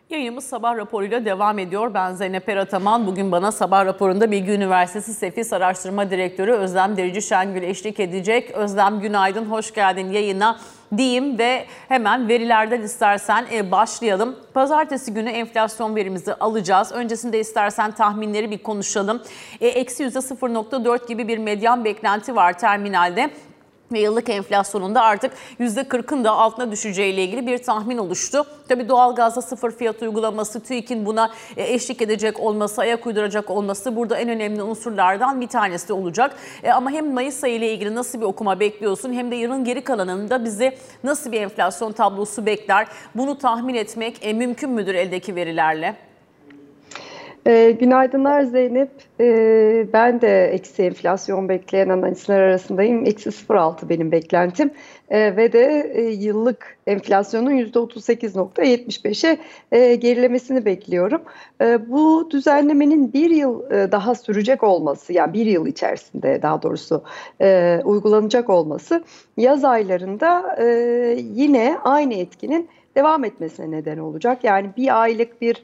Yayınımız sabah raporuyla devam ediyor. Ben Zeynep Erataman. Bugün bana sabah raporunda Bilgi Üniversitesi Sefis Araştırma Direktörü Özlem Derici Şengül eşlik edecek. Özlem günaydın, hoş geldin yayına diyeyim ve hemen verilerden istersen başlayalım. Pazartesi günü enflasyon verimizi alacağız. Öncesinde istersen tahminleri bir konuşalım. Eksi %0,4 gibi bir medyan beklenti var terminalde. Ve yıllık enflasyonunda artık %40'ın da altına düşeceğiyle ilgili bir tahmin oluştu. Tabii doğalgazda sıfır fiyat uygulaması, TÜİK'in buna eşlik edecek olması, ayak uyduracak olması burada en önemli unsurlardan bir tanesi olacak. Ama hem Mayıs ayı ile ilgili nasıl bir okuma bekliyorsun hem de yılın geri kalanında bizi nasıl bir enflasyon tablosu bekler? Bunu tahmin etmek mümkün müdür eldeki verilerle? Günaydınlar Zeynep. Ben de eksi enflasyon bekleyen analistler arasındayım. Eksi 0,6 benim beklentim. Ve de yıllık enflasyonun %38,75'e gerilemesini bekliyorum. Bu düzenlemenin bir yıl daha sürecek olması, yani bir yıl içerisinde daha doğrusu uygulanacak olması yaz aylarında yine aynı etkinin devam etmesine neden olacak. Yani bir aylık bir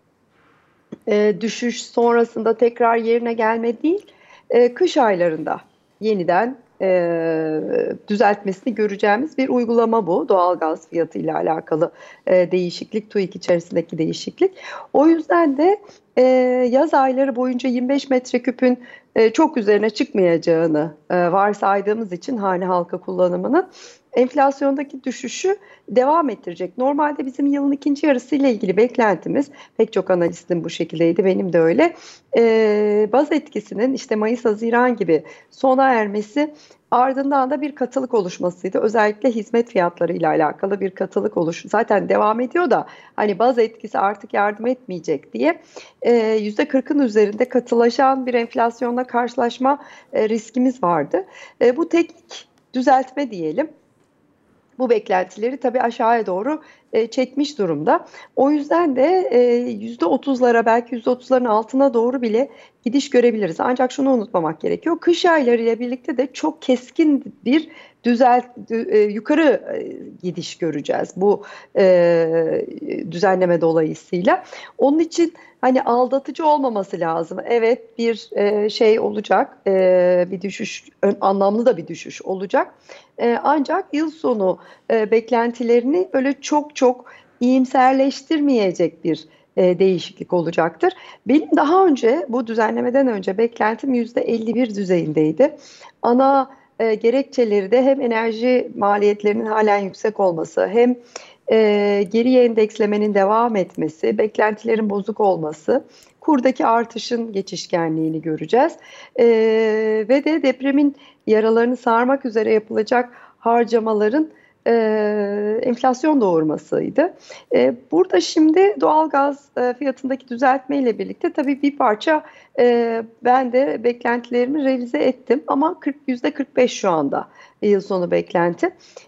düşüş sonrasında tekrar yerine gelme değil, kış aylarında yeniden düzeltmesini göreceğimiz bir uygulama bu. Doğalgaz fiyatı ile alakalı değişiklik, TÜİK içerisindeki değişiklik. O yüzden de yaz ayları boyunca 25 metreküpün çok üzerine çıkmayacağını varsaydığımız için hane halka kullanımının enflasyondaki düşüşü devam ettirecek. Normalde bizim yılın ikinci yarısı ile ilgili beklentimiz, pek çok analistin bu şekildeydi, benim de öyle. Baz etkisinin işte Mayıs-Haziran gibi sona ermesi, ardından da bir katılık oluşmasıydı. Özellikle hizmet fiyatları ile alakalı bir katılık zaten devam ediyor da hani baz etkisi artık yardım etmeyecek diye %40'ın üzerinde katılaşan bir enflasyonla karşılaşma riskimiz vardı. Bu teknik düzeltme diyelim. Bu beklentileri tabii aşağıya doğru çekmiş durumda. O yüzden de %30'lara, belki %30'ların altına doğru bile gidiş görebiliriz. Ancak şunu unutmamak gerekiyor. Kış aylarıyla birlikte de çok keskin bir yukarı gidiş göreceğiz bu düzenleme dolayısıyla. Onun için hani aldatıcı olmaması lazım. Evet, bir şey olacak, bir düşüş, anlamlı da bir düşüş olacak. Ancak yıl sonu beklentilerini böyle çok iyimserleştirmeyecek bir değişiklik olacaktır. Benim daha önce, bu düzenlemeden önce beklentim %51 düzeyindeydi. Ana gerekçeleri de hem enerji maliyetlerinin halen yüksek olması, hem geriye endekslemenin devam etmesi, beklentilerin bozuk olması, kurdaki artışın geçişkenliğini göreceğiz. Ve de depremin yaralarını sarmak üzere yapılacak harcamaların enflasyon doğurmasıydı. Burada şimdi doğalgaz fiyatındaki düzeltmeyle birlikte tabii bir parça ben de beklentilerimi revize ettim ama %45 şu anda yıl sonu beklenti.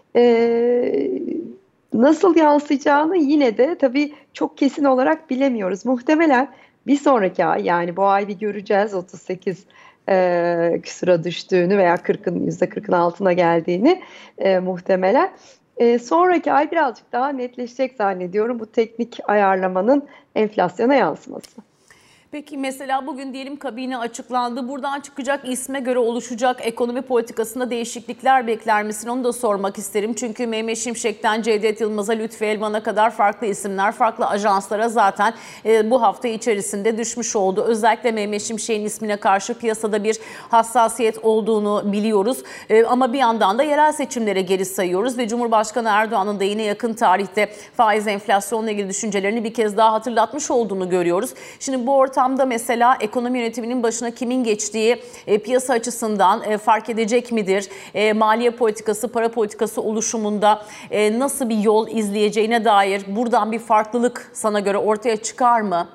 Nasıl yansıyacağını yine de tabii çok kesin olarak bilemiyoruz. Muhtemelen bir sonraki ay, yani bu ay bir göreceğiz 38 küsura düştüğünü veya %40'ın altına geldiğini muhtemelen. Sonraki ay birazcık daha netleşecek zannediyorum bu teknik ayarlamanın enflasyona yansıması. Peki mesela bugün diyelim kabine açıklandı. Buradan çıkacak isme göre oluşacak ekonomi politikasında değişiklikler bekler misin? Onu da sormak isterim. Çünkü Mehmet Şimşek'ten Cevdet Yılmaz'a, Lütfü Elvan'a kadar farklı isimler, farklı ajanslara zaten bu hafta içerisinde düşmüş oldu. Özellikle Mehmet Şimşek'in ismine karşı piyasada bir hassasiyet olduğunu biliyoruz. Ama bir yandan da yerel seçimlere geri sayıyoruz ve Cumhurbaşkanı Erdoğan'ın da yine yakın tarihte faiz enflasyonla ilgili düşüncelerini bir kez daha hatırlatmış olduğunu görüyoruz. Şimdi bu ortamda mesela ekonomi yönetiminin başına kimin geçtiği piyasa açısından fark edecek midir? Maliye politikası, para politikası oluşumunda nasıl bir yol izleyeceğine dair buradan bir farklılık sana göre ortaya çıkar mı?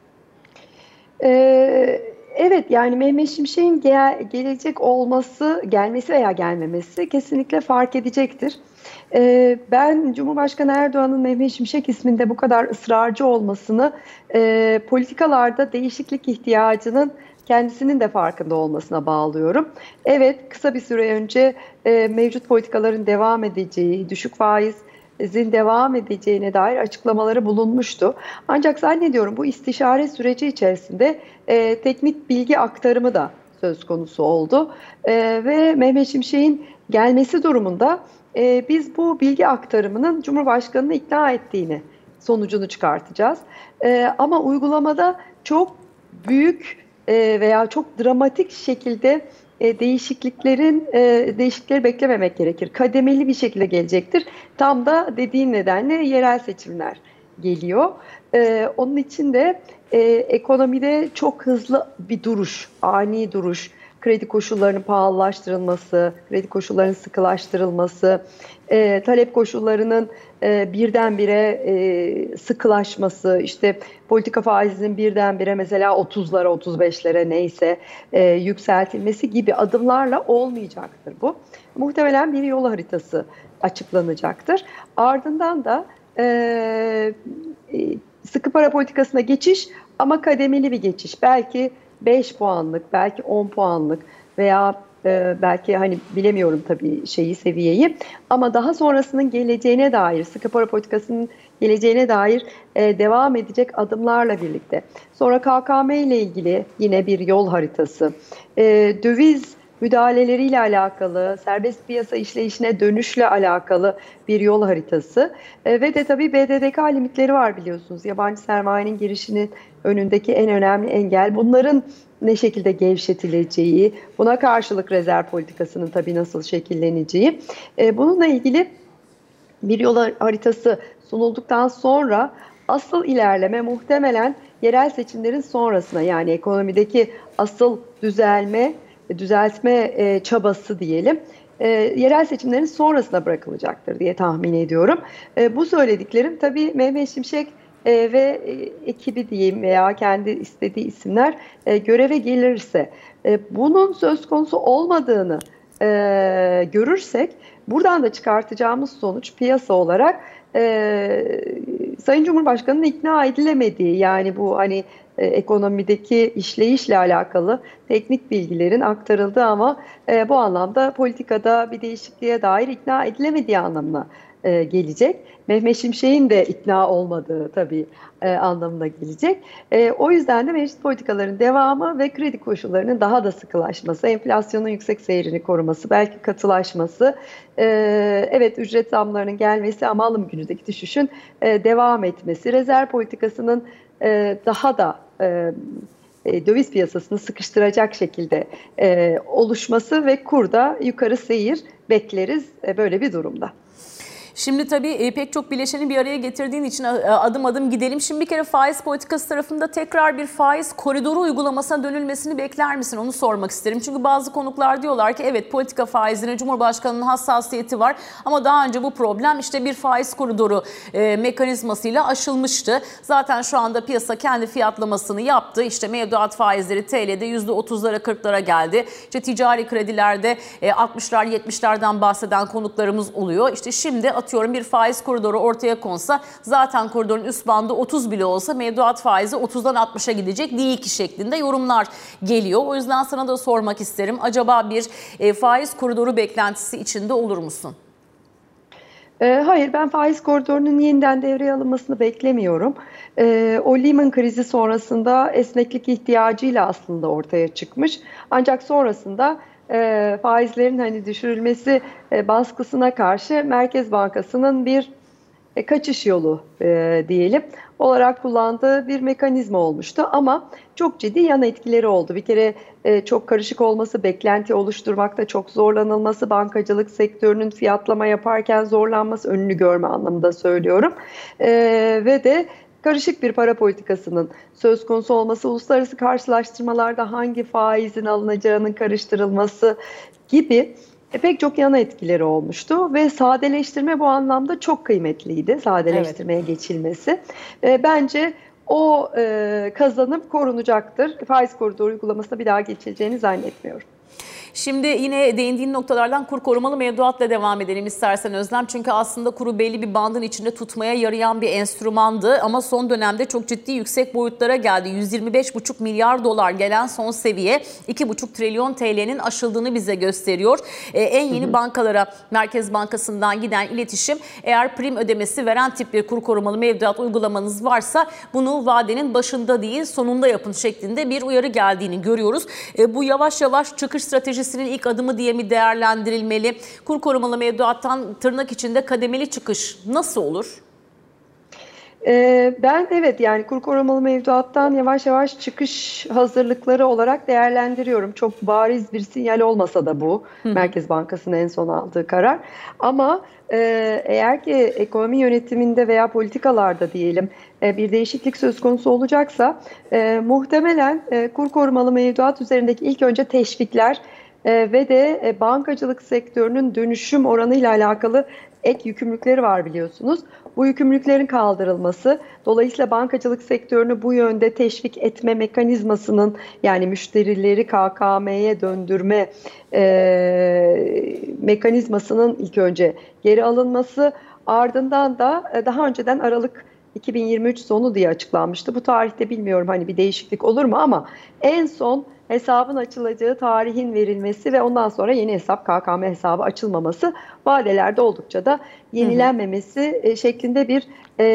Evet, yani Mehmet Şimşek'in gelecek olması, gelmesi veya gelmemesi kesinlikle fark edecektir. Ben Cumhurbaşkanı Erdoğan'ın Mehmet Şimşek isminde bu kadar ısrarcı olmasını politikalarda değişiklik ihtiyacının kendisinin de farkında olmasına bağlıyorum. Evet, kısa bir süre önce mevcut politikaların devam edeceği, düşük faiz devam edeceğine dair açıklamaları bulunmuştu. Ancak zannediyorum bu istişare süreci içerisinde teknik bilgi aktarımı da söz konusu oldu. Ve Mehmet Şimşek'in gelmesi durumunda biz bu bilgi aktarımının Cumhurbaşkanı'nı ikna ettiğini sonucunu çıkartacağız. Ama uygulamada çok büyük veya çok dramatik şekilde değişiklikleri beklememek gerekir. Kademeli bir şekilde gelecektir. Tam da dediğin nedenle yerel seçimler geliyor. Onun için de ekonomide çok hızlı bir duruş, ani duruş, kredi koşullarının pahalılaştırılması, kredi koşullarının sıkılaştırılması, talep koşullarının birdenbire sıkılaşması, işte politika faizinin birdenbire mesela 30'lara 35'lere neyse yükseltilmesi gibi adımlarla olmayacaktır bu. Muhtemelen bir yol haritası açıklanacaktır. Ardından da sıkı para politikasına geçiş ama kademeli bir geçiş. Belki 5 puanlık, belki 10 puanlık veya belki hani bilemiyorum tabii seviyeyi, ama daha sonrasının geleceğine dair, sıkı para politikasının geleceğine dair devam edecek adımlarla birlikte. Sonra KKM ile ilgili yine bir yol haritası, döviz müdahaleleriyle alakalı, serbest piyasa işleyişine dönüşle alakalı bir yol haritası ve de tabii BDDK limitleri var biliyorsunuz. Yabancı sermayenin girişinin önündeki en önemli engel. Bunların ne şekilde gevşetileceği, buna karşılık rezerv politikasının tabii nasıl şekilleneceği. Bununla ilgili bir yol haritası sunulduktan sonra asıl ilerleme muhtemelen yerel seçimlerin sonrasına, yani ekonomideki asıl düzeltme çabası diyelim, yerel seçimlerin sonrasına bırakılacaktır diye tahmin ediyorum. Bu söylediklerim tabii Mehmet Şimşek ve ekibi diyeyim veya kendi istediği isimler göreve gelirse, bunun söz konusu olmadığını görürsek buradan da çıkartacağımız sonuç piyasa olarak Sayın Cumhurbaşkanı'nın ikna edilemediği, yani bu hani ekonomideki işleyişle alakalı teknik bilgilerin aktarıldığı ama bu anlamda politikada bir değişikliğe dair ikna edilemediği anlamına gelecek. Mehmet Şimşek'in de ikna olmadığı tabii anlamına gelecek. O yüzden de mevcut politikaların devamı ve kredi koşullarının daha da sıkılaşması, enflasyonun yüksek seyrini koruması, belki katılaşması, evet ücret zamlarının gelmesi ama alım gücündeki düşüşün devam etmesi, rezerv politikasının daha da döviz piyasasını sıkıştıracak şekilde oluşması ve kurda yukarı seyir bekleriz böyle bir durumda. Şimdi tabii pek çok bileşeni bir araya getirdiğin için adım adım gidelim. Şimdi bir kere faiz politikası tarafında tekrar bir faiz koridoru uygulamasına dönülmesini bekler misin? Onu sormak isterim. Çünkü bazı konuklar diyorlar ki evet, politika faizine Cumhurbaşkanı'nın hassasiyeti var ama daha önce bu problem işte bir faiz koridoru mekanizmasıyla aşılmıştı. Zaten şu anda piyasa kendi fiyatlamasını yaptı. İşte mevduat faizleri TL'de %30'lara 40'lara geldi. İşte ticari kredilerde 60'lar 70'lerden bahseden konuklarımız oluyor. İşte şimdi atıyorum bir faiz koridoru ortaya konsa, zaten koridorun üst bandı 30 bile olsa mevduat faizi 30'dan 60'a gidecek değil ki şeklinde yorumlar geliyor. O yüzden sana da sormak isterim. Acaba bir faiz koridoru beklentisi içinde olur musun? Hayır, ben faiz koridorunun yeniden devreye alınmasını beklemiyorum. O Lehman krizi sonrasında esneklik ihtiyacıyla aslında ortaya çıkmış. Ancak sonrasında faizlerin hani düşürülmesi baskısına karşı Merkez Bankası'nın bir kaçış yolu diyelim olarak kullandığı bir mekanizma olmuştu. Ama çok ciddi yan etkileri oldu. Bir kere çok karışık olması, beklenti oluşturmakta çok zorlanılması, bankacılık sektörünün fiyatlama yaparken zorlanması, önünü görme anlamında söylüyorum. Ve de karışık bir para politikasının söz konusu olması, uluslararası karşılaştırmalarda hangi faizin alınacağının karıştırılması gibi pek çok yan etkileri olmuştu ve sadeleştirme bu anlamda çok kıymetliydi. Sadeleştirmeye geçilmesi. Bence o kazanım korunacaktır. Faiz koridoru uygulamasına bir daha geçileceğini zannetmiyorum. Şimdi yine değindiğin noktalardan kur korumalı mevduatla devam edelim istersen Özlem. Çünkü aslında kuru belli bir bandın içinde tutmaya yarayan bir enstrümandı. Ama son dönemde çok ciddi yüksek boyutlara geldi. 125,5 milyar dolar gelen son seviye 2,5 trilyon TL'nin aşıldığını bize gösteriyor. En yeni bankalara, Merkez Bankası'ndan giden iletişim, eğer prim ödemesi veren tip bir kur korumalı mevduat uygulamanız varsa bunu vadenin başında değil sonunda yapın şeklinde bir uyarı geldiğini görüyoruz. Bu yavaş yavaş çıkış stratejisinin ilk adımı diye mi değerlendirilmeli? Kur korumalı mevduattan tırnak içinde kademeli çıkış nasıl olur? Ben evet, yani kur korumalı mevduattan yavaş yavaş çıkış hazırlıkları olarak değerlendiriyorum. Çok bariz bir sinyal olmasa da bu Merkez Bankası'nın en son aldığı karar. Ama eğer ki ekonomi yönetiminde veya politikalarda diyelim bir değişiklik söz konusu olacaksa muhtemelen kur korumalı mevduat üzerindeki ilk önce teşvikler ve de bankacılık sektörünün dönüşüm oranıyla alakalı ek yükümlülükleri var biliyorsunuz. Bu yükümlülüklerin kaldırılması, dolayısıyla bankacılık sektörünü bu yönde teşvik etme mekanizmasının, yani müşterileri KKM'ye döndürme mekanizmasının ilk önce geri alınması, ardından da daha önceden Aralık 2023 sonu diye açıklanmıştı. Bu tarihte bilmiyorum hani bir değişiklik olur mu, ama en son hesabın açılacağı tarihin verilmesi ve ondan sonra yeni hesap, KKM hesabı açılmaması, vadelerde oldukça da yenilenmemesi şeklinde bir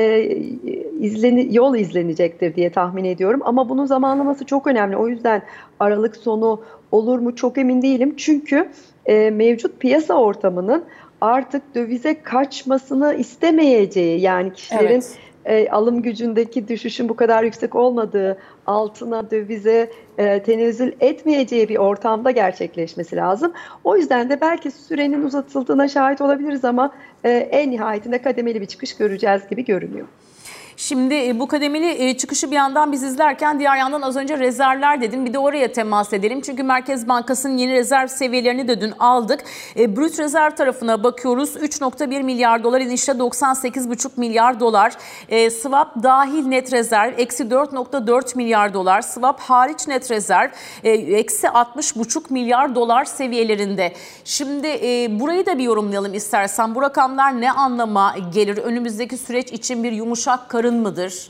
yol izlenecektir diye tahmin ediyorum. Ama bunun zamanlaması çok önemli. O yüzden Aralık sonu olur mu çok emin değilim. Çünkü mevcut piyasa ortamının artık dövize kaçmasını istemeyeceği, yani kişilerin alım gücündeki düşüşün bu kadar yüksek olmadığı, altına, dövize tenezzül etmeyeceği bir ortamda gerçekleşmesi lazım. O yüzden de belki sürenin uzatıldığına şahit olabiliriz ama en nihayetinde kademeli bir çıkış göreceğiz gibi görünüyor. Şimdi bu kademeli çıkışı bir yandan biz izlerken diğer yandan az önce rezervler dedim. Bir de oraya temas edelim. Çünkü Merkez Bankası'nın yeni rezerv seviyelerini de dün aldık. Brüt rezerv tarafına bakıyoruz. 3,1 milyar dolar, inişte 98,5 milyar dolar. Swap dahil net rezerv eksi 4,4 milyar dolar. Swap hariç net rezerv eksi 60,5 milyar dolar seviyelerinde. Şimdi burayı da bir yorumlayalım istersen. Bu rakamlar ne anlama gelir? Önümüzdeki süreç için bir yumuşak karın mıdır?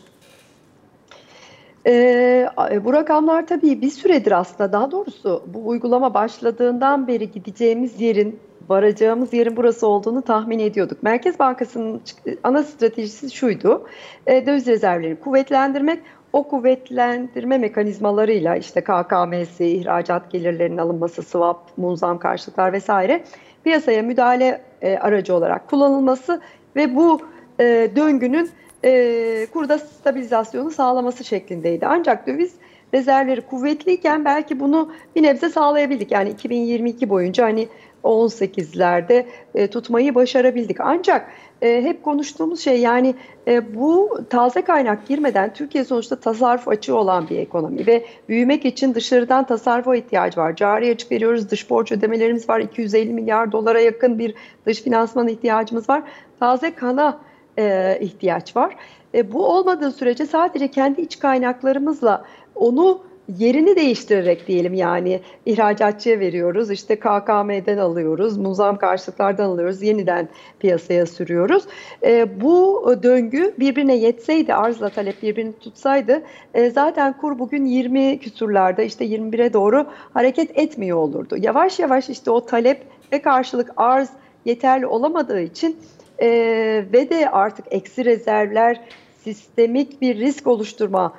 Bu rakamlar tabii bir süredir, aslında daha doğrusu bu uygulama başladığından beri gideceğimiz yerin, varacağımız yerin burası olduğunu tahmin ediyorduk. Merkez Bankası'nın ana stratejisi şuydu: döviz rezervlerini kuvvetlendirmek. O kuvvetlendirme mekanizmalarıyla işte KKM'si, ihracat gelirlerinin alınması, swap, munzam karşılıklar vesaire piyasaya müdahale aracı olarak kullanılması ve bu döngünün kurda stabilizasyonu sağlaması şeklindeydi. Ancak döviz rezervleri kuvvetliyken belki bunu bir nebze sağlayabildik. Yani 2022 boyunca hani 18'lerde tutmayı başarabildik. Ancak hep konuştuğumuz şey, yani bu taze kaynak girmeden Türkiye sonuçta tasarruf açığı olan bir ekonomi ve büyümek için dışarıdan tasarrufa ihtiyacı var. Cari açık veriyoruz, dış borç ödemelerimiz var, 250 milyar dolara yakın bir dış finansman ihtiyacımız var. Taze kana ihtiyaç var. Bu olmadığı sürece sadece kendi iç kaynaklarımızla onu yerini değiştirerek diyelim, yani ihracatçıya veriyoruz, işte KKM'den alıyoruz, muzam karşılıklardan alıyoruz, yeniden piyasaya sürüyoruz. Bu döngü birbirine yetseydi, arzla talep birbirini tutsaydı zaten kur bugün 20 küsurlarda, işte 21'e doğru hareket etmiyor olurdu. Yavaş yavaş işte o talep ve karşılık arz yeterli olamadığı için ve de artık eksi rezervler sistemik bir risk oluşturma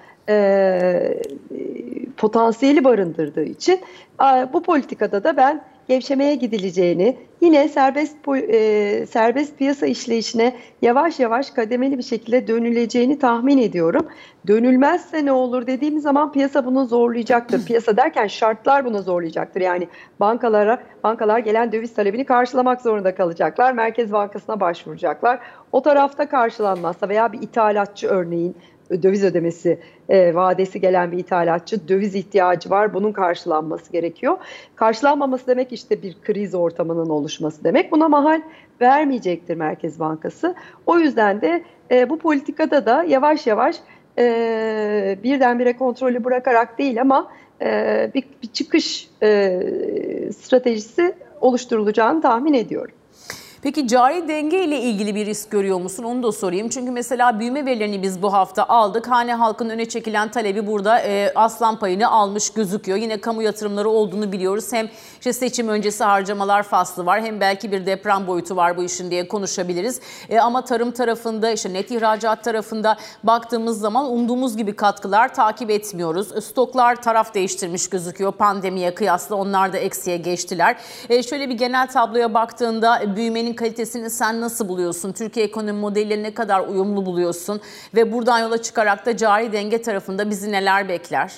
potansiyeli barındırdığı için bu politikada da ben gevşemeye gidileceğini, yine serbest piyasa işleyişine yavaş yavaş kademeli bir şekilde dönüleceğini tahmin ediyorum. Dönülmezse ne olur dediğimiz zaman piyasa bunu zorlayacaktır. Piyasa derken şartlar bunu zorlayacaktır. Yani bankalar gelen döviz talebini karşılamak zorunda kalacaklar. Merkez Bankası'na başvuracaklar. O tarafta karşılanmazsa veya bir ithalatçı, örneğin döviz ödemesi vadesi gelen bir ithalatçı, döviz ihtiyacı var, bunun karşılanması gerekiyor. Karşılanmaması demek işte bir kriz ortamının oluşması demek. Buna mahal vermeyecektir Merkez Bankası. O yüzden de bu politikada da yavaş yavaş birdenbire kontrolü bırakarak değil ama bir çıkış stratejisi oluşturulacağını tahmin ediyorum. Peki cari denge ile ilgili bir risk görüyor musun? Onu da sorayım. Çünkü mesela büyüme verilerini biz bu hafta aldık. Hane halkın öne çekilen talebi burada aslan payını almış gözüküyor. Yine kamu yatırımları olduğunu biliyoruz. Hem işte seçim öncesi harcamalar faslı var, hem belki bir deprem boyutu var bu işin diye konuşabiliriz. Ama tarım tarafında, işte net ihracat tarafında baktığımız zaman umduğumuz gibi katkılar takip etmiyoruz. Stoklar taraf değiştirmiş gözüküyor pandemiye kıyasla. Onlar da eksiye geçtiler. Şöyle bir genel tabloya baktığında büyümenin kalitesini sen nasıl buluyorsun? Türkiye ekonomi modeliyle ne kadar uyumlu buluyorsun? Ve buradan yola çıkarak da cari denge tarafında bizi neler bekler?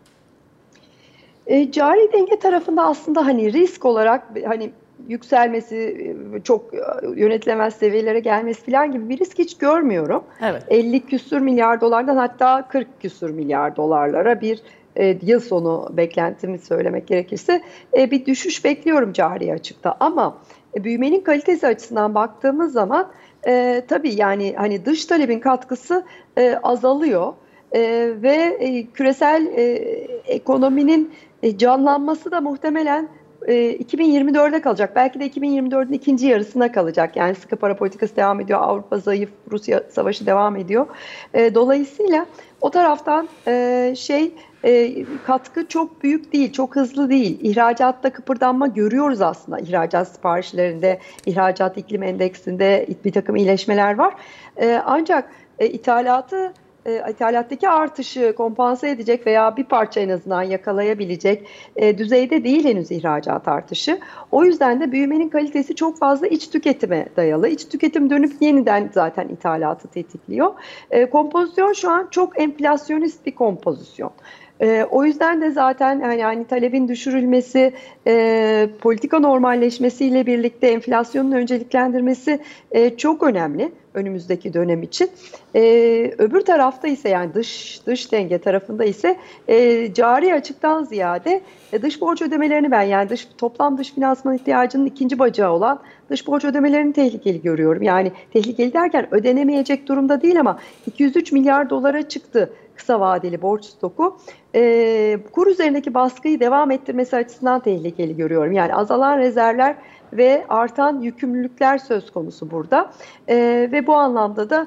Cari denge tarafında aslında hani risk olarak hani yükselmesi, çok yönetilemez seviyelere gelmesi falan gibi bir risk hiç görmüyorum. Evet. 50 küsür milyar dolardan hatta 40 küsür milyar dolarlara bir yıl sonu beklentimi söylemek gerekirse bir düşüş bekliyorum cari açıkta. Ama büyümenin kalitesi açısından baktığımız zaman tabii yani hani dış talebin katkısı azalıyor. Ve küresel ekonominin canlanması da muhtemelen 2024'e kalacak. Belki de 2024'ün ikinci yarısına kalacak. Yani sıkı para politikası devam ediyor. Avrupa zayıf, Rusya savaşı devam ediyor. Dolayısıyla o taraftan katkı çok büyük değil, çok hızlı değil. İhracatta kıpırdanma görüyoruz aslında. İhracat siparişlerinde, ihracat iklim endeksinde bir takım iyileşmeler var. Ancak ithalattaki artışı kompanse edecek veya bir parça en azından yakalayabilecek düzeyde değil henüz ihracat artışı. O yüzden de büyümenin kalitesi çok fazla iç tüketime dayalı. İç tüketim dönüp yeniden zaten ithalatı tetikliyor. Kompozisyon şu an çok enflasyonist bir kompozisyon. O yüzden de zaten yani talebin düşürülmesi, politika normalleşmesiyle birlikte enflasyonun önceliklendirmesi çok önemli önümüzdeki dönem için. Öbür tarafta ise yani dış denge tarafında ise cari açıktan ziyade dış borç ödemelerini ben yani toplam dış finansman ihtiyacının ikinci bacağı olan dış borç ödemelerini tehlikeli görüyorum. Yani tehlikeli derken ödenemeyecek durumda değil ama 203 milyar dolara çıktı kısa vadeli borç stoku. Kur üzerindeki baskıyı devam ettirmesi açısından tehlikeli görüyorum. Yani azalan rezervler ve artan yükümlülükler söz konusu burada. Ve bu anlamda da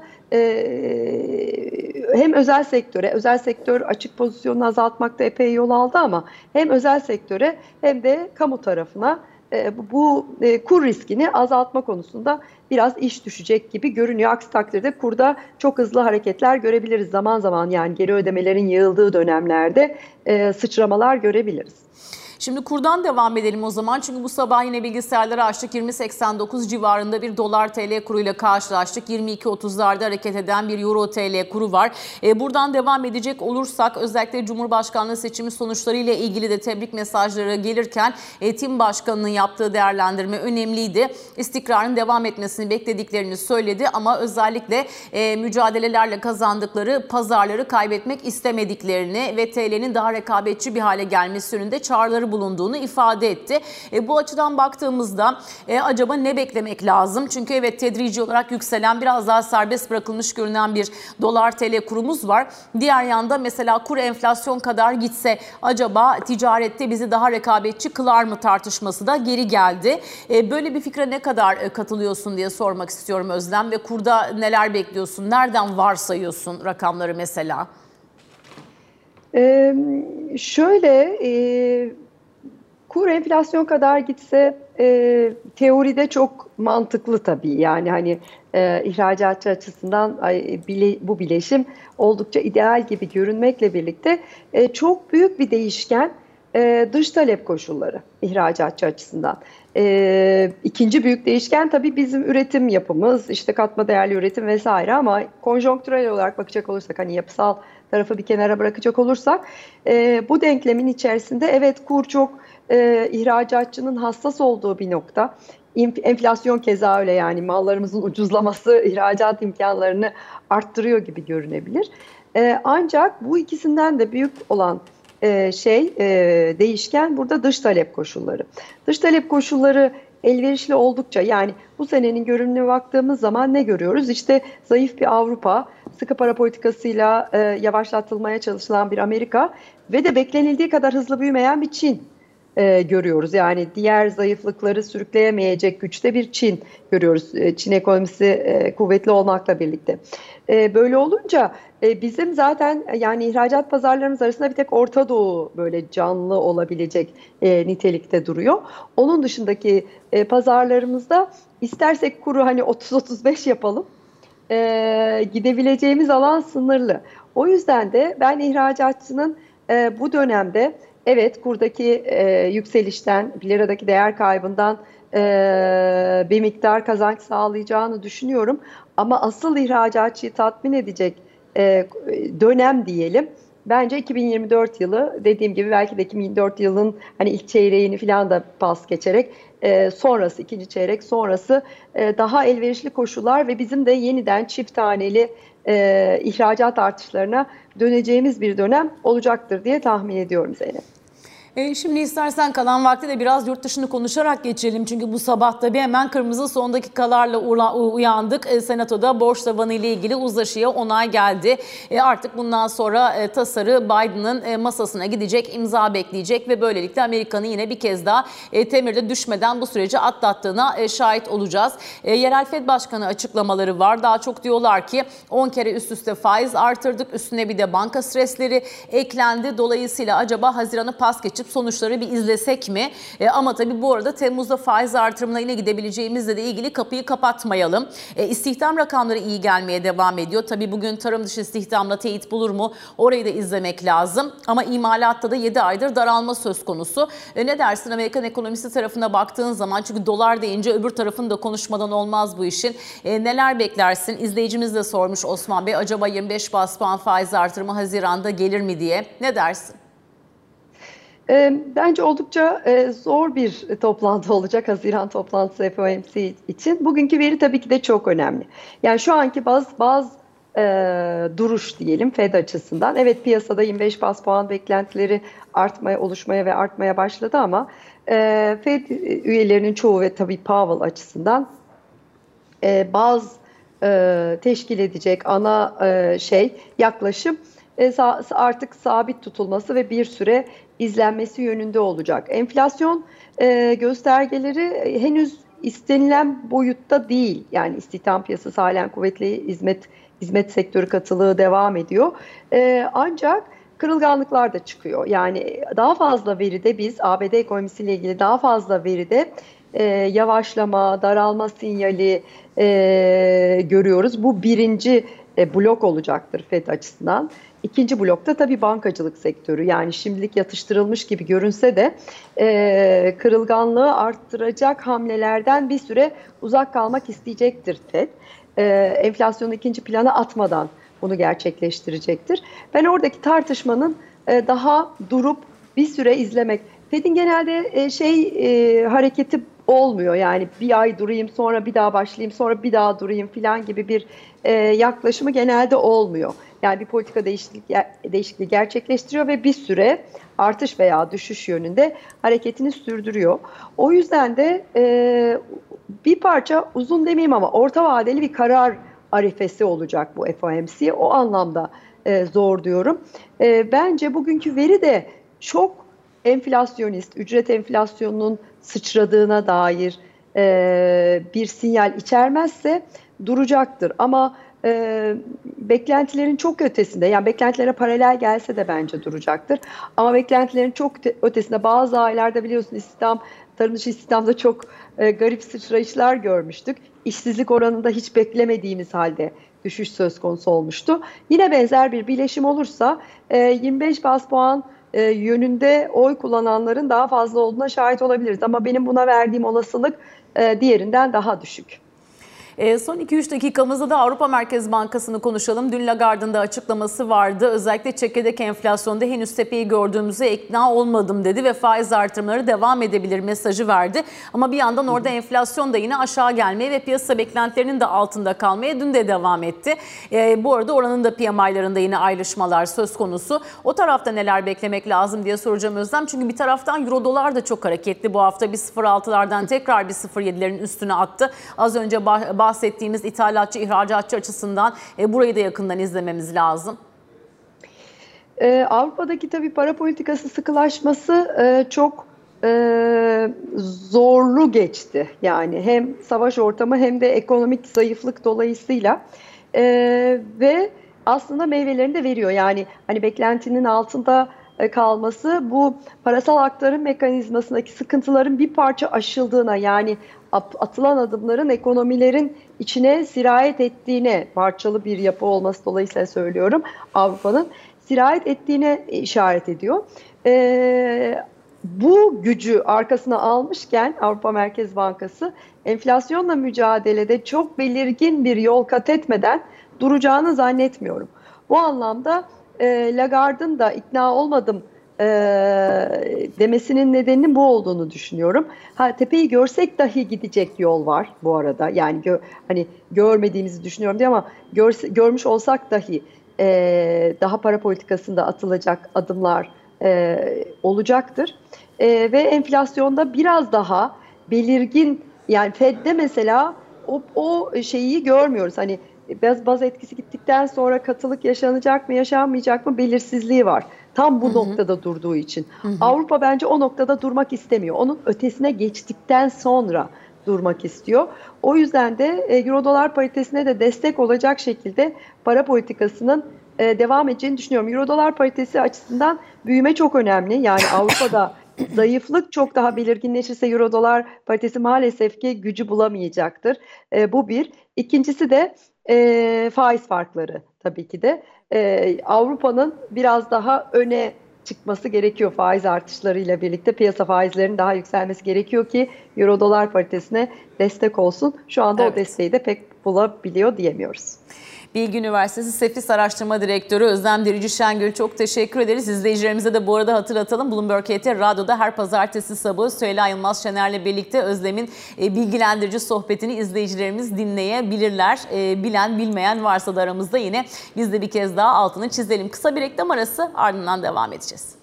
hem özel sektör açık pozisyonunu azaltmakta epey yol aldı ama hem özel sektöre hem de kamu tarafına bu kur riskini azaltma konusunda biraz iş düşecek gibi görünüyor. Aksi takdirde kurda çok hızlı hareketler görebiliriz. Zaman zaman yani geri ödemelerin yığıldığı dönemlerde sıçramalar görebiliriz. Şimdi kurdan devam edelim o zaman. Çünkü bu sabah yine bilgisayarları açtık. 20.89 civarında bir dolar TL kuruyla karşılaştık. 22.30'larda hareket eden bir euro TL kuru var. Buradan devam edecek olursak özellikle Cumhurbaşkanlığı seçimi sonuçları ile ilgili de tebrik mesajları gelirken Tim Başkanı'nın yaptığı değerlendirme önemliydi. İstikrarın devam etmesini beklediklerini söyledi ama özellikle mücadelelerle kazandıkları pazarları kaybetmek istemediklerini ve TL'nin daha rekabetçi bir hale gelmesi yönünde çağrıları bulunduğunu ifade etti. Bu açıdan baktığımızda acaba ne beklemek lazım? Çünkü evet tedrici olarak yükselen biraz daha serbest bırakılmış görünen bir dolar TL kurumuz var. Diğer yanda mesela kur enflasyon kadar gitse acaba ticarette bizi daha rekabetçi kılar mı tartışması da geri geldi. Böyle bir fikre ne kadar katılıyorsun diye sormak istiyorum Özlem ve kurda neler bekliyorsun? Nereden varsayıyorsun rakamları mesela? Kur enflasyon kadar gitse teoride çok mantıklı tabii. Yani hani ihracatçı açısından bu bileşim oldukça ideal gibi görünmekle birlikte çok büyük bir değişken dış talep koşulları ihracatçı açısından. İkinci büyük değişken tabii bizim üretim yapımız, işte katma değerli üretim vesaire ama konjonktürel olarak bakacak olursak hani yapısal tarafı bir kenara bırakacak olursak bu denklemin içerisinde evet kur çok ihracatçının hassas olduğu bir nokta. Enflasyon keza öyle yani mallarımızın ucuzlaması ihracat imkanlarını arttırıyor gibi görünebilir. Ancak bu ikisinden de büyük olan değişken burada dış talep koşulları. Dış talep koşulları elverişli oldukça yani bu senenin görünümüne baktığımız zaman ne görüyoruz? İşte zayıf bir Avrupa, sıkı para politikasıyla yavaşlatılmaya çalışılan bir Amerika ve de beklenildiği kadar hızlı büyümeyen bir Çin görüyoruz. Yani diğer zayıflıkları sürükleyemeyecek güçte bir Çin görüyoruz. Çin ekonomisi kuvvetli olmakla birlikte. Böyle olunca bizim zaten yani ihracat pazarlarımız arasında bir tek Orta Doğu böyle canlı olabilecek nitelikte duruyor. Onun dışındaki pazarlarımızda istersek kuru hani 30-35 yapalım. Gidebileceğimiz alan sınırlı. O yüzden de ben ihracatçının bu dönemde evet kurdaki yükselişten, liradaki değer kaybından bir miktar kazanç sağlayacağını düşünüyorum. Ama asıl ihracatçıyı tatmin edecek dönem diyelim. Bence 2024 yılı, dediğim gibi belki de 2024 yılın hani ilk çeyreğini falan da pas geçerek sonrası, ikinci çeyrek sonrası daha elverişli koşullar ve bizim de yeniden çift taneli ihracat artışlarına döneceğimiz bir dönem olacaktır diye tahmin ediyorum Zeynep. Şimdi istersen kalan vakti de biraz yurt dışını konuşarak geçelim. Çünkü bu sabah tabii hemen kırmızı son dakikalarla uyandık. Senatoda borç tavanı ile ilgili uzlaşıya onay geldi. Artık bundan sonra tasarı Biden'ın masasına gidecek, imza bekleyecek ve böylelikle Amerika'nın yine bir kez daha temirde düşmeden bu süreci atlattığına şahit olacağız. Yerel Fed Başkanı açıklamaları var. Daha çok diyorlar ki 10 kere üst üste faiz artırdık. Üstüne bir de banka stresleri eklendi. Dolayısıyla acaba Haziran'ı pas geçip sonuçları bir izlesek mi? Ama tabii bu arada Temmuz'da faiz artırımına yine gidebileceğimizle de ilgili kapıyı kapatmayalım. İstihdam rakamları iyi gelmeye devam ediyor. Tabii bugün tarım dışı istihdamla teyit bulur mu? Orayı da izlemek lazım. Ama imalatta da 7 aydır daralma söz konusu. Ne dersin Amerikan ekonomisi tarafına baktığın zaman? Çünkü dolar deyince öbür tarafını da konuşmadan olmaz bu işin. Neler beklersin? İzleyicimiz de sormuş Osman Bey. Acaba 25 bas puan faiz artırımı Haziran'da gelir mi diye. Ne dersin? Bence oldukça zor bir toplantı olacak Haziran toplantısı FOMC için. Bugünkü veri tabii ki de çok önemli. Yani şu anki baz duruş diyelim Fed açısından. Evet piyasada 25 bas puan beklentileri oluşmaya ve artmaya başladı ama Fed üyelerinin çoğu ve tabii Powell açısından baz teşkil edecek ana yaklaşım artık sabit tutulması ve bir süre izlenmesi yönünde olacak. Enflasyon göstergeleri henüz istenilen boyutta değil. Yani istihdam piyasası halen kuvvetli, hizmet sektörü katılığı devam ediyor. Ancak kırılganlıklar da çıkıyor. Yani daha fazla veride biz ABD ekonomisiyle ilgili daha fazla veride yavaşlama, daralma sinyali görüyoruz. Bu birinci blok olacaktır FED açısından. İkinci blokta tabii bankacılık sektörü. Yani şimdilik yatıştırılmış gibi görünse de kırılganlığı arttıracak hamlelerden bir süre uzak kalmak isteyecektir FED. Enflasyonu ikinci plana atmadan bunu gerçekleştirecektir. Ben oradaki tartışmanın daha durup bir süre izlemek. FED'in genelde hareketi olmuyor. Yani bir ay durayım sonra bir daha başlayayım sonra bir daha durayım falan gibi bir yaklaşımı genelde olmuyor. Yani bir politika değişikliği gerçekleştiriyor ve bir süre artış veya düşüş yönünde hareketini sürdürüyor. O yüzden de bir parça uzun demeyeyim ama orta vadeli bir karar arifesi olacak bu FOMC. O anlamda zor diyorum. Bence bugünkü veri de çok enflasyonist, ücret enflasyonunun sıçradığına dair bir sinyal içermezse duracaktır. Ama beklentilerin çok ötesinde, yani beklentilere paralel gelse de bence duracaktır. Ama beklentilerin çok ötesinde bazı aylarda biliyorsun tarım dışı istihdamda çok garip sıçrayışlar görmüştük. İşsizlik oranında hiç beklemediğimiz halde düşüş söz konusu olmuştu. Yine benzer bir bileşim olursa 25 bas puan yönünde oy kullananların daha fazla olduğuna şahit olabiliriz. Ama benim buna verdiğim olasılık diğerinden daha düşük. Son 2-3 dakikamızda da Avrupa Merkez Bankası'nı konuşalım. Dün Lagarde'ın da açıklaması vardı. Özellikle çekirdek enflasyonda henüz tepeyi gördüğümüze ikna olmadım dedi ve faiz artırımları devam edebilir mesajı verdi. Ama bir yandan orada enflasyon da yine aşağı gelmeye ve piyasa beklentilerinin de altında kalmaya dün de devam etti. Bu arada oranın da PMI'larında yine ayrışmalar söz konusu. O tarafta neler beklemek lazım diye soracağım Özlem. Çünkü bir taraftan Euro dolar da çok hareketli bu hafta. Bir 0.6'lardan tekrar bir 0.7'lerin üstüne attı. Az önce bahsettiğimiz ithalatçı, ihracatçı açısından burayı da yakından izlememiz lazım. Avrupa'daki tabii para politikası sıkılaşması çok zorlu geçti. Yani hem savaş ortamı hem de ekonomik zayıflık dolayısıyla ve aslında meyvelerini de veriyor. Yani hani beklentinin altında kalması bu parasal aktarım mekanizmasındaki sıkıntıların bir parça aşıldığına, yani atılan adımların ekonomilerin içine sirayet ettiğine, parçalı bir yapı olması dolayısıyla söylüyorum, Avrupa'nın sirayet ettiğine işaret ediyor. Bu gücü arkasına almışken Avrupa Merkez Bankası enflasyonla mücadelede çok belirgin bir yol kat etmeden duracağını zannetmiyorum. Bu anlamda Lagarde'ın da ikna olmadım demesinin nedeninin bu olduğunu düşünüyorum. Tepeyi görsek dahi gidecek yol var bu arada. Yani hani görmediğimizi düşünüyorum diye, ama görmüş olsak dahi daha para politikasında atılacak adımlar olacaktır. Ve enflasyonda biraz daha belirgin, yani Fed'de mesela o şeyi görmüyoruz. Hani baz etkisi gittikten sonra katılık yaşanacak mı yaşanmayacak mı belirsizliği var. Tam bu noktada durduğu için. Avrupa bence o noktada durmak istemiyor. Onun ötesine geçtikten sonra durmak istiyor. O yüzden de Euro-Dolar paritesine de destek olacak şekilde para politikasının devam edeceğini düşünüyorum. Euro-Dolar paritesi açısından büyüme çok önemli. Yani Avrupa'da zayıflık çok daha belirginleşirse Euro-Dolar paritesi maalesef ki gücü bulamayacaktır. Bu bir. İkincisi de faiz farkları tabii ki de. Avrupa'nın biraz daha öne çıkması gerekiyor faiz artışlarıyla birlikte. Piyasa faizlerinin daha yükselmesi gerekiyor ki Euro-Dolar paritesine destek olsun. Şu anda o desteği de pek bulabiliyor diyemiyoruz. Bilgi Üniversitesi Sefis Araştırma Direktörü Özlem Derici Şengül, çok teşekkür ederiz. İzleyicilerimize de bu arada hatırlatalım. Bloomberg HT Radyo'da her pazartesi sabahı Süheyla Yılmaz Şener'le birlikte Özlem'in bilgilendirici sohbetini izleyicilerimiz dinleyebilirler. Bilen bilmeyen varsa da aramızda yine biz de bir kez daha altını çizelim. Kısa bir reklam arası, ardından devam edeceğiz.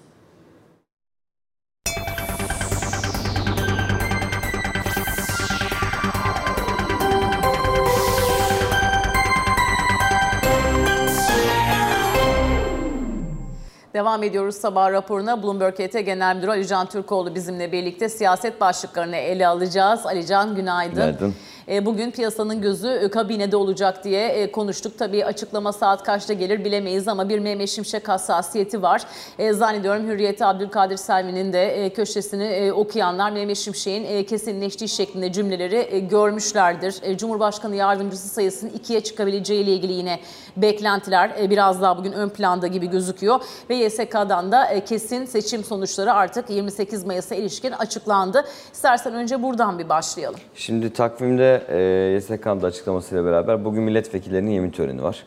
Devam ediyoruz sabah raporuna. Bloomberg HT Genel Müdürü Alican Türkoğlu bizimle birlikte siyaset başlıklarını ele alacağız. Alican, günaydın. Günaydın. Bugün piyasanın gözü kabinede olacak diye konuştuk. Tabii açıklama saat kaçta gelir bilemeyiz ama bir Mehmet Şimşek hassasiyeti var. Zannediyorum Hürriyet'te Abdülkadir Selvi'nin de köşesini okuyanlar Mehmet Şimşek'in kesinleştiği şeklinde cümleleri görmüşlerdir. Cumhurbaşkanı yardımcısı sayısının 2'ye çıkabileceği ile ilgili yine beklentiler biraz daha bugün ön planda gibi gözüküyor. Ve YSK'dan da kesin seçim sonuçları artık 28 Mayıs'a ilişkin açıklandı. İstersen önce buradan bir başlayalım. Şimdi takvimde YSK'nın da açıklamasıyla beraber bugün milletvekillerinin yemin töreni var.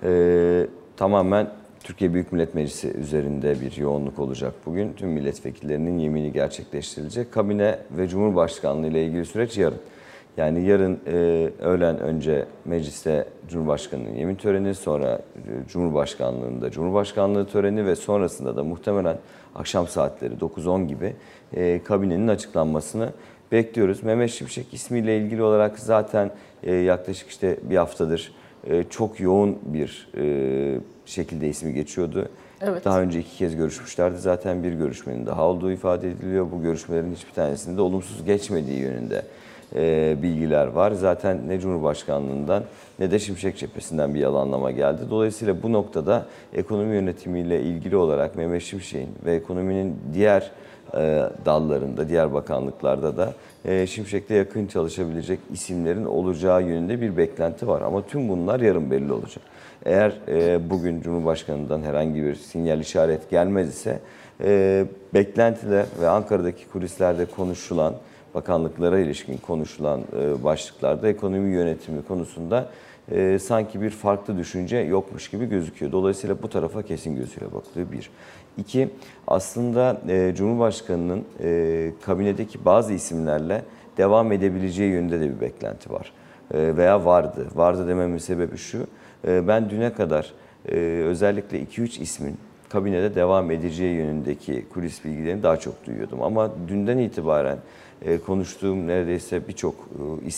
Tamamen Türkiye Büyük Millet Meclisi üzerinde bir yoğunluk olacak bugün. Tüm milletvekillerinin yemini gerçekleştirilecek. Kabine ve Cumhurbaşkanlığı ile ilgili süreç yarın. Yani yarın öğlen önce mecliste Cumhurbaşkanı'nın yemin töreni, sonra Cumhurbaşkanlığı'nda Cumhurbaşkanlığı töreni ve sonrasında da muhtemelen akşam saatleri 9-10 gibi kabinenin açıklanmasını bekliyoruz. Mehmet Şimşek ismiyle ilgili olarak zaten yaklaşık işte bir haftadır çok yoğun bir şekilde ismi geçiyordu. Evet. Daha önce 2 kez görüşmüşlerdi. Zaten bir görüşmenin daha olduğu ifade ediliyor. Bu görüşmelerin hiçbir tanesinde de olumsuz geçmediği yönünde bilgiler var. Zaten ne Cumhurbaşkanlığından ne de Şimşek cephesinden bir yalanlama geldi. Dolayısıyla bu noktada ekonomi yönetimiyle ilgili olarak Mehmet Şimşek'in ve ekonominin diğer dallarında, diğer bakanlıklarda da Şimşek'le yakın çalışabilecek isimlerin olacağı yönünde bir beklenti var. Ama tüm bunlar yarın belli olacak. Eğer bugün Cumhurbaşkanı'ndan herhangi bir sinyal, işaret gelmez ise beklentiler ve Ankara'daki kulislerde konuşulan, bakanlıklara ilişkin konuşulan başlıklarda ekonomi yönetimi konusunda sanki bir farklı düşünce yokmuş gibi gözüküyor. Dolayısıyla bu tarafa kesin gözüyle bakılıyor. 1. 2. Aslında Cumhurbaşkanı'nın kabinedeki bazı isimlerle devam edebileceği yönünde de bir beklenti var. Veya vardı. Vardı dememin sebebi şu. Ben düne kadar özellikle 2-3 ismin kabinede devam edeceği yönündeki kulis bilgilerini daha çok duyuyordum. Ama dünden itibaren konuştuğum neredeyse birçok isim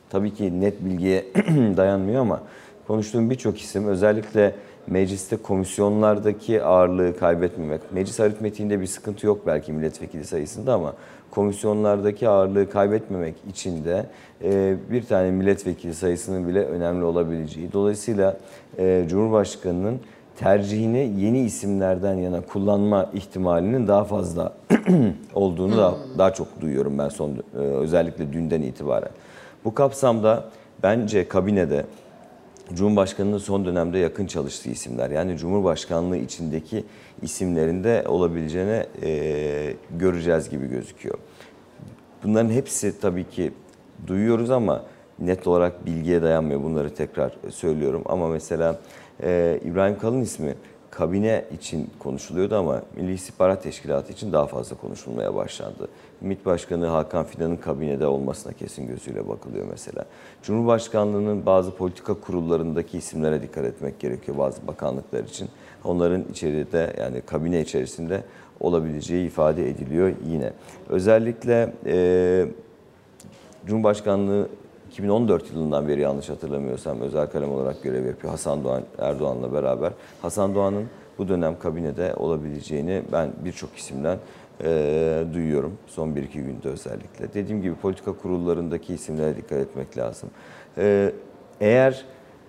tabii ki net bilgiye dayanmıyor ama konuştuğum birçok isim özellikle mecliste komisyonlardaki ağırlığı kaybetmemek. Meclis aritmetiğinde bir sıkıntı yok belki milletvekili sayısında ama komisyonlardaki ağırlığı kaybetmemek için de bir tane milletvekili sayısının bile önemli olabileceği. Dolayısıyla Cumhurbaşkanı'nın tercihini yeni isimlerden yana kullanma ihtimalinin daha fazla olduğunu daha çok duyuyorum ben özellikle dünden itibaren. Bu kapsamda bence kabinede Cumhurbaşkanı'nın son dönemde yakın çalıştığı isimler, yani Cumhurbaşkanlığı içindeki isimlerin de olabileceğini göreceğiz gibi gözüküyor. Bunların hepsi tabii ki duyuyoruz ama net olarak bilgiye dayanmıyor. Bunları tekrar söylüyorum. Ama mesela İbrahim Kalın ismi kabine için konuşuluyordu ama Milli İstihbarat Teşkilatı için daha fazla konuşulmaya başlandı. MİT Başkanı Hakan Fidan'ın kabinede olmasına kesin gözüyle bakılıyor mesela. Cumhurbaşkanlığının bazı politika kurullarındaki isimlere dikkat etmek gerekiyor bazı bakanlıklar için. Onların içeride, yani kabine içerisinde olabileceği ifade ediliyor yine. Özellikle Cumhurbaşkanlığı 2014 yılından beri yanlış hatırlamıyorsam özel kalem olarak görev yapıyor Hasan Doğan Erdoğan'la beraber. Hasan Doğan'ın bu dönem kabinede olabileceğini ben birçok isimden duyuyorum. Son 1-2 günde özellikle. Dediğim gibi politika kurullarındaki isimlere dikkat etmek lazım. Eğer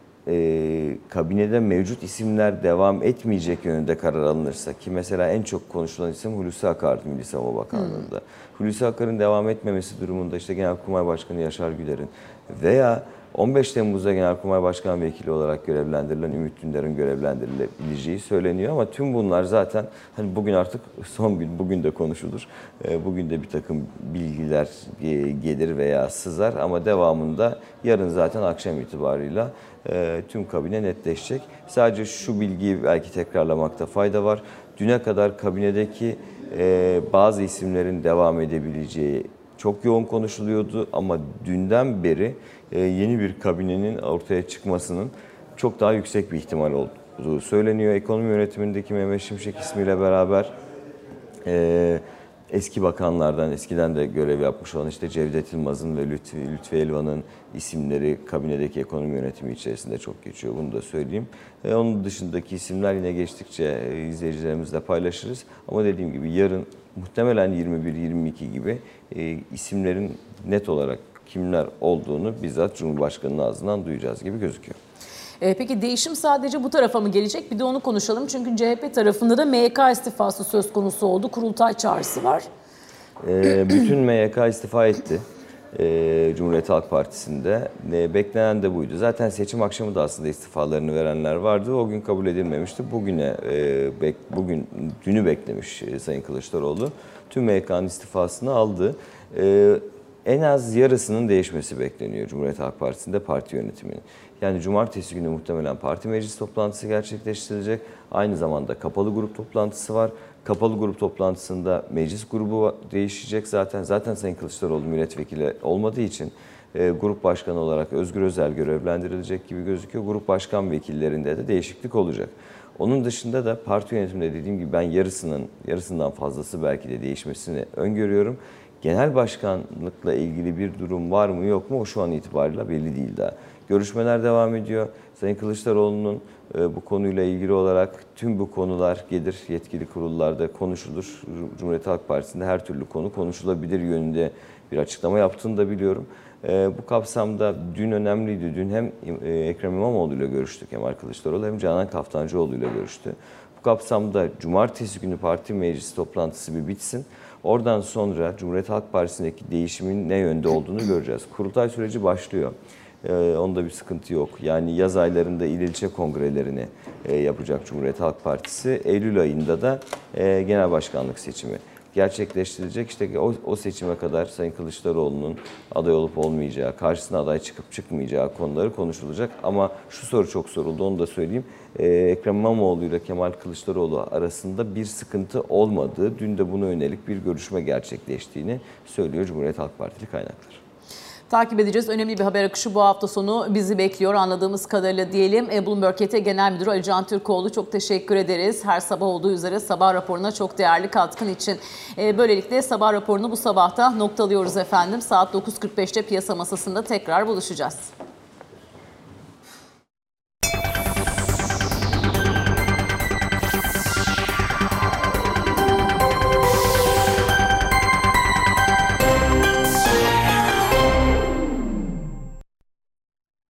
kabinede mevcut isimler devam etmeyecek yönünde karar alınırsa ki mesela en çok konuşulan isim Hulusi Akar'dı Milli Savunma Bakanlığı'nda. Hulusi Akar'ın devam etmemesi durumunda işte Genelkurmay Başkanı Yaşar Güler'in veya 15 Temmuz'da Genelkurmay Başkan Vekili olarak görevlendirilen Ümit Dündar'ın görevlendirilebileceği söyleniyor ama tüm bunlar zaten hani bugün artık son gün, bugün de konuşulur. Bugün de bir takım bilgiler gelir veya sızar ama devamında yarın zaten akşam itibarıyla tüm kabine netleşecek. Sadece şu bilgiyi belki tekrarlamakta fayda var. Düne kadar kabinedeki bazı isimlerin devam edebileceği çok yoğun konuşuluyordu ama dünden beri yeni bir kabinenin ortaya çıkmasının çok daha yüksek bir ihtimal olduğu söyleniyor. Ekonomi yönetimindeki Mehmet Şimşek ismiyle beraber eski bakanlardan, eskiden de görev yapmış olan işte Cevdet Yılmaz'ın ve Lütfi Elvan'ın isimleri kabinedeki ekonomi yönetimi içerisinde çok geçiyor. Bunu da söyleyeyim. Onun dışındaki isimler yine geçtikçe izleyicilerimizle paylaşırız. Ama dediğim gibi yarın muhtemelen 21-22 gibi isimlerin net olarak kimler olduğunu bizzat Cumhurbaşkanı'nın ağzından duyacağız gibi gözüküyor. Peki değişim sadece bu tarafa mı gelecek? Bir de onu konuşalım. Çünkü CHP tarafında da MYK istifası söz konusu oldu. Kurultay çağrısı var. Bütün MYK istifa etti. Cumhuriyet Halk Partisi'nde. Beklenen de buydu. Zaten seçim akşamı da aslında istifalarını verenler vardı. O gün kabul edilmemişti. Dünü beklemiş Sayın Kılıçdaroğlu. Tüm MYK'nın istifasını aldı. En az yarısının değişmesi bekleniyor Cumhuriyet Halk Partisi'nde parti yönetiminin. Yani cumartesi günü muhtemelen parti meclis toplantısı gerçekleştirilecek. Aynı zamanda kapalı grup toplantısı var. Kapalı grup toplantısında meclis grubu değişecek zaten. Zaten Sayın Kılıçdaroğlu milletvekili olmadığı için grup başkanı olarak Özgür Özel görevlendirilecek gibi gözüküyor. Grup başkan vekillerinde de değişiklik olacak. Onun dışında da parti yönetiminde dediğim gibi ben yarısından fazlası belki de değişmesini öngörüyorum. Genel başkanlıkla ilgili bir durum var mı yok mu o şu an itibariyle belli değil daha. Görüşmeler devam ediyor. Sayın Kılıçdaroğlu'nun bu konuyla ilgili olarak tüm bu konular gelir yetkili kurullarda konuşulur. Cumhuriyet Halk Partisi'nde her türlü konu konuşulabilir yönünde bir açıklama yaptığını da biliyorum. Bu kapsamda dün önemliydi. Dün hem Ekrem İmamoğlu ile görüştü Kemal Kılıçdaroğlu hem Canan Kaftancıoğlu ile görüştü. Bu kapsamda cumartesi günü parti meclisi toplantısı bir bitsin. Oradan sonra Cumhuriyet Halk Partisi'ndeki değişimin ne yönde olduğunu göreceğiz. Kurultay süreci başlıyor. Onda bir sıkıntı yok. Yani yaz aylarında il ilçe kongrelerini yapacak Cumhuriyet Halk Partisi. Eylül ayında da genel başkanlık seçimi gerçekleştirilecek. İşte o seçime kadar Sayın Kılıçdaroğlu'nun aday olup olmayacağı, karşısına aday çıkıp çıkmayacağı konuları konuşulacak. Ama şu soru çok soruldu, onu da söyleyeyim. Ekrem İmamoğlu ile Kemal Kılıçdaroğlu arasında bir sıkıntı olmadığı, dün de buna yönelik bir görüşme gerçekleştiğini söylüyor Cumhuriyet Halk Partili kaynaklar. Takip edeceğiz. Önemli bir haber akışı bu hafta sonu bizi bekliyor anladığımız kadarıyla diyelim. Bloomberg ET Genel Müdürü Ali Can Türkoğlu, çok teşekkür ederiz. Her sabah olduğu üzere sabah raporuna çok değerli katkın için. Böylelikle sabah raporunu bu sabahta noktalıyoruz efendim. Saat 9.45'te piyasa masasında tekrar buluşacağız.